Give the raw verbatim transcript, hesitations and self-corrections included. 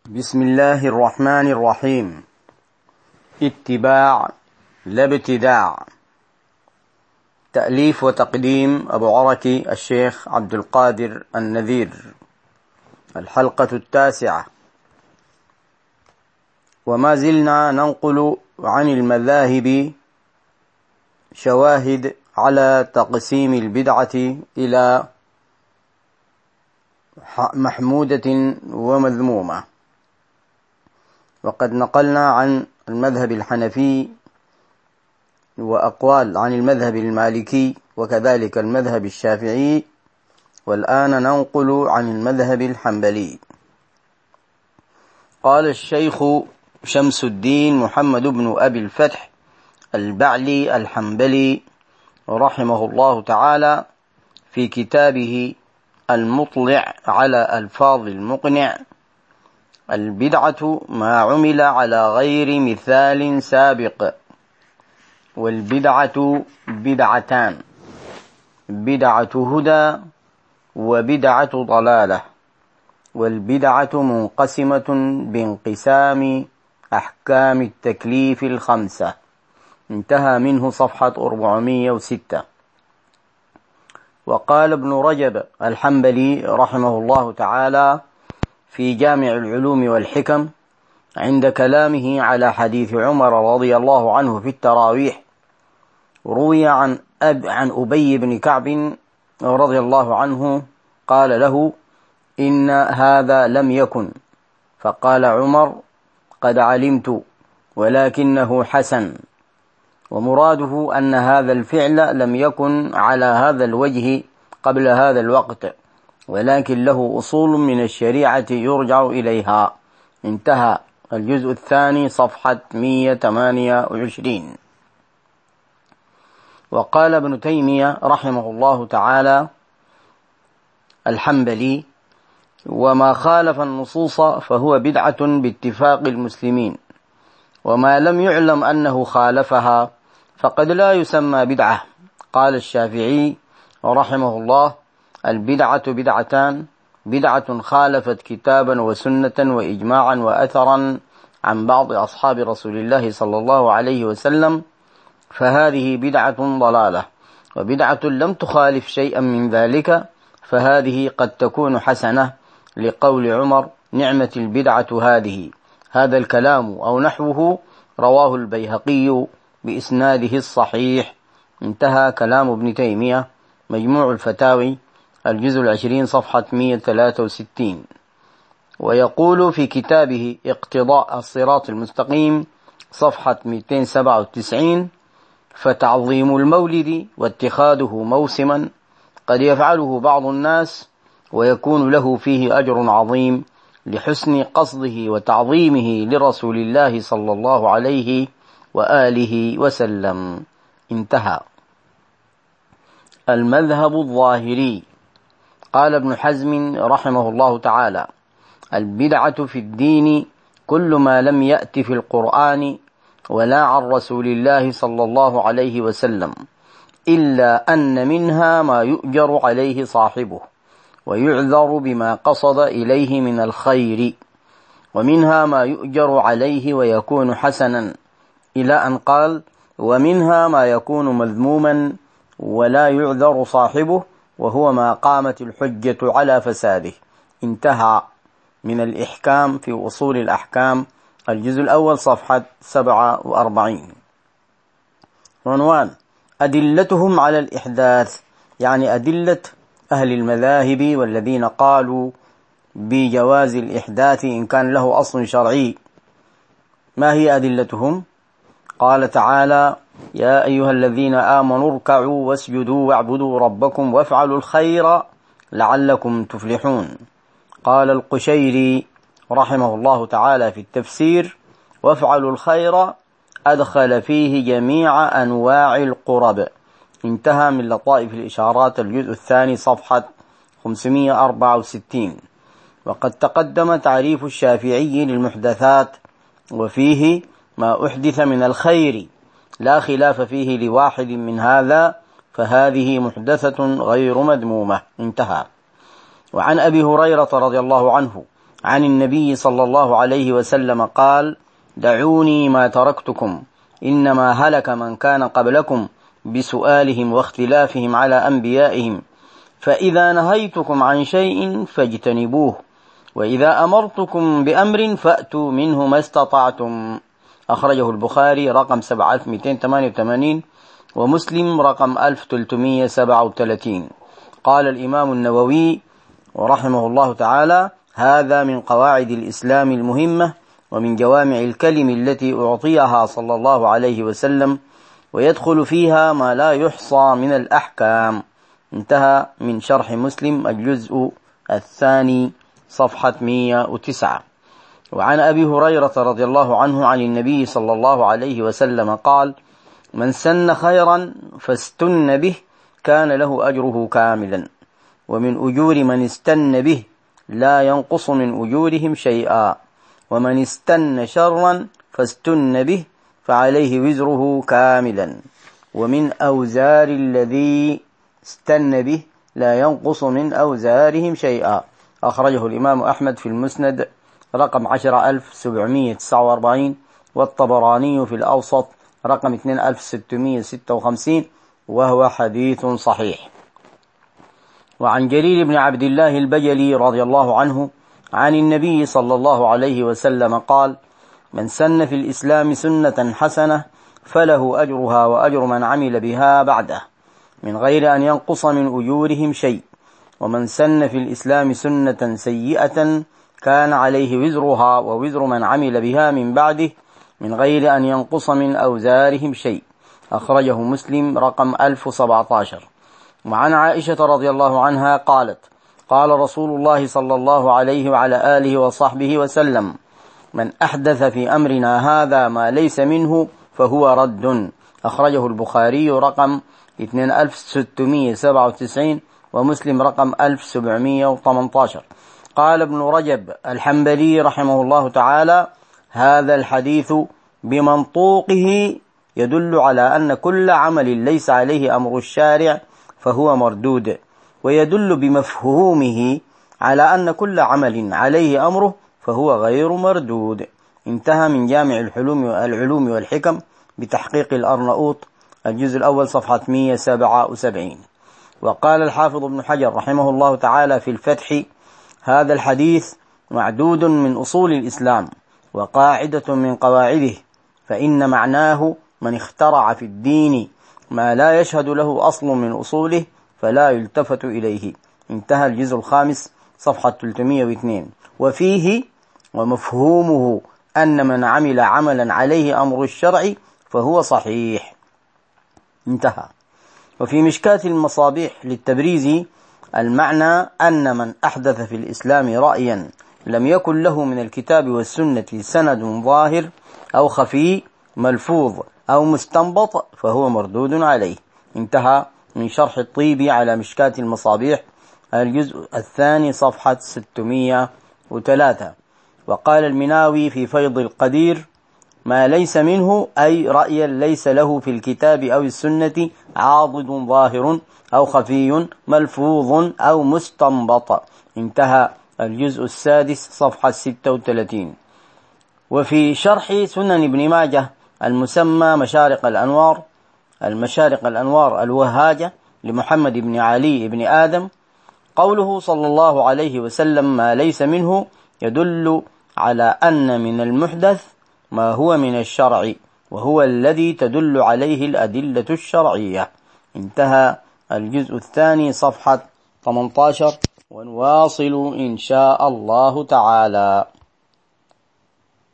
بسم الله الرحمن الرحيم. اتباع لا ابتداع. تأليف وتقديم أبو عركي الشيخ عبد القادر النذير. الحلقة التاسعة. وما زلنا ننقل عن المذاهب شواهد على تقسيم البدعة إلى محمودة ومذمومة، وقد نقلنا عن المذهب الحنفي وأقوال عن المذهب المالكي وكذلك المذهب الشافعي، والآن ننقل عن المذهب الحنبلي. قال الشيخ شمس الدين محمد بن أبي الفتح البعلي الحنبلي رحمه الله تعالى في كتابه المطلع على ألفاظ المقنع: البدعة ما عمل على غير مثال سابق. والبدعة بدعتان: بدعة هدى وبدعة ضلالة. والبدعة منقسمة بانقسام أحكام التكليف الخمسة. انتهى منه صفحة أربعمائة وستة. وقال ابن رجب الحنبلي رحمه الله تعالى في جامع العلوم والحكم عند كلامه على حديث عمر رضي الله عنه في التراويح: روي عن أب عن أبي بن كعب رضي الله عنه قال له: إن هذا لم يكن. فقال عمر: قد علمت، ولكنه حسن. ومراده أن هذا الفعل لم يكن على هذا الوجه قبل هذا الوقت، ولكن له أصول من الشريعة يرجع إليها. انتهى. الجزء الثاني صفحة مئة وثمانية وعشرين. وقال ابن تيمية رحمه الله تعالى الحنبلي: وما خالف النصوص فهو بدعة باتفاق المسلمين، وما لم يعلم أنه خالفها فقد لا يسمى بدعة. قال الشافعي رحمه الله: البدعة بدعتان: بدعة خالفت كتابا وسنة وإجماعا وأثرا عن بعض أصحاب رسول الله صلى الله عليه وسلم، فهذه بدعة ضلالة. وبدعة لم تخالف شيئا من ذلك، فهذه قد تكون حسنة، لقول عمر: نعمة البدعة هذه. هذا الكلام أو نحوه رواه البيهقي بإسناده الصحيح. انتهى كلام ابن تيمية. مجموع الفتاوي الجزء العشرين صفحة مئة وثلاثة وستين. ويقول في كتابه اقتضاء الصراط المستقيم صفحة مئتين وسبعة وتسعين: فتعظيم المولد واتخاذه موسما قد يفعله بعض الناس ويكون له فيه أجر عظيم لحسن قصده وتعظيمه لرسول الله صلى الله عليه وآله وسلم. انتهى. المذهب الظاهري. قال ابن حزم رحمه الله تعالى: البدعة في الدين كل ما لم يأت في القرآن ولا عن رسول الله صلى الله عليه وسلم، إلا أن منها ما يؤجر عليه صاحبه ويعذر بما قصد إليه من الخير، ومنها ما يؤجر عليه ويكون حسنا، إلى أن قال: ومنها ما يكون مذموما ولا يعذر صاحبه، وهو ما قامت الحجة على فساده. انتهى. من الإحكام في أصول الأحكام الجزء الأول صفحة سبعة وأربعين. عنوان: أدلتهم على الإحداث، يعني أدلة أهل المذاهب والذين قالوا بجواز الإحداث إن كان له أصل شرعي. ما هي أدلتهم؟ قال تعالى: يا أيها الذين آمنوا اركعوا واسجدوا واعبدوا ربكم وافعلوا الخير لعلكم تفلحون. قال القشيري رحمه الله تعالى في التفسير: وافعلوا الخير أدخل فيه جميع أنواع القرب. انتهى. من لطائف الإشارات الجزء الثاني صفحة خمسمائة وأربعة وستين. وقد تقدم تعريف الشافعي للمحدثات، وفيه ما أحدث من الخير لا خلاف فيه لواحد من هذا، فهذه محدثة غير مذمومة. انتهى. وعن أبي هريرة رضي الله عنه عن النبي صلى الله عليه وسلم قال: دعوني ما تركتكم، إنما هلك من كان قبلكم بسؤالهم واختلافهم على أنبيائهم، فإذا نهيتكم عن شيء فاجتنبوه، وإذا أمرتكم بأمر فأتوا منه ما استطعتم. أخرجه البخاري رقم سبعة آلاف ومئتين وثمانية وثمانين ومسلم رقم ألف وثلاثمئة وسبعة وثلاثين. قال الإمام النووي ورحمه الله تعالى: هذا من قواعد الإسلام المهمة ومن جوامع الكلم التي أعطيها صلى الله عليه وسلم، ويدخل فيها ما لا يحصى من الأحكام. انتهى من شرح مسلم الجزء الثاني صفحة مئة وتسعة. وعن أبي هريرة رضي الله عنه عن النبي صلى الله عليه وسلم قال: من سن خيرا فاستن به كان له أجره كاملا، ومن أجور من استن به لا ينقص من أجورهم شيئا، ومن استن شرا فاستن به فعليه وزره كاملا، ومن أوزار الذي استن به لا ينقص من أوزارهم شيئا. أخرجه الإمام أحمد في المسند رقم عشرة آلاف وسبعمئة وتسعة وأربعين، والطبراني في الأوسط رقم اثنين آلاف وستمئة وستة وخمسين، وهو حديث صحيح. وعن جرير بن عبد الله البجلي رضي الله عنه عن النبي صلى الله عليه وسلم قال: من سن في الإسلام سنة حسنة فله أجرها وأجر من عمل بها بعده من غير أن ينقص من أجورهم شيء، ومن سن في الإسلام سنة سيئة كان عليه وزرها ووزر من عمل بها من بعده من غير أن ينقص من أوزارهم شيء. أخرجه مسلم رقم ألف وسبعة عشر. وعن عائشة رضي الله عنها قالت: قال رسول الله صلى الله عليه وعلى آله وصحبه وسلم: من أحدث في أمرنا هذا ما ليس منه فهو رد. أخرجه البخاري رقم اثنين آلاف وستمئة وسبعة وتسعين ومسلم رقم ألف وسبعمئة وثمانية عشر. قال ابن رجب الحنبلي رحمه الله تعالى: هذا الحديث بمنطوقه يدل على أن كل عمل ليس عليه أمر الشارع فهو مردود، ويدل بمفهومه على أن كل عمل عليه أمره فهو غير مردود. انتهى من جامع الحلوم العلوم والحكم بتحقيق الأرناؤوط الجزء الأول صفحة مئة وسبعة وسبعين. وقال الحافظ ابن حجر رحمه الله تعالى في الفتح: هذا الحديث معدود من أصول الإسلام وقاعدة من قواعده، فإن معناه من اخترع في الدين ما لا يشهد له أصل من أصوله فلا يلتفت إليه. انتهى الجزء الخامس صفحة ثلاثمئة واثنين. وفيه: ومفهومه أن من عمل عملا عليه أمر الشرع فهو صحيح. انتهى. وفي مشكاة المصابيح للتبريزي: المعنى أن من أحدث في الإسلام رأيا لم يكن له من الكتاب والسنة سند ظاهر أو خفي ملفوظ أو مستنبط فهو مردود عليه. انتهى من شرح الطيبي على مشكاة المصابيح الجزء الثاني صفحة ستمئة وثلاثة. وقال المناوي في فيض القدير: ما ليس منه أي رأيا ليس له في الكتاب أو السنة عاضد ظاهر أو خفي ملفوظ أو مستنبط. انتهى الجزء السادس صفحة ستة وثلاثين. وفي شرح سنن ابن ماجه المسمى مشارق الأنوار المشارق الأنوار الوهاجة لمحمد بن علي بن آدم: قوله صلى الله عليه وسلم: ما ليس منه، يدل على أن من المحدث ما هو من الشرع، وهو الذي تدل عليه الأدلة الشرعية. انتهى الجزء الثاني صفحة ثمانية عشر، ونواصل إن شاء الله تعالى.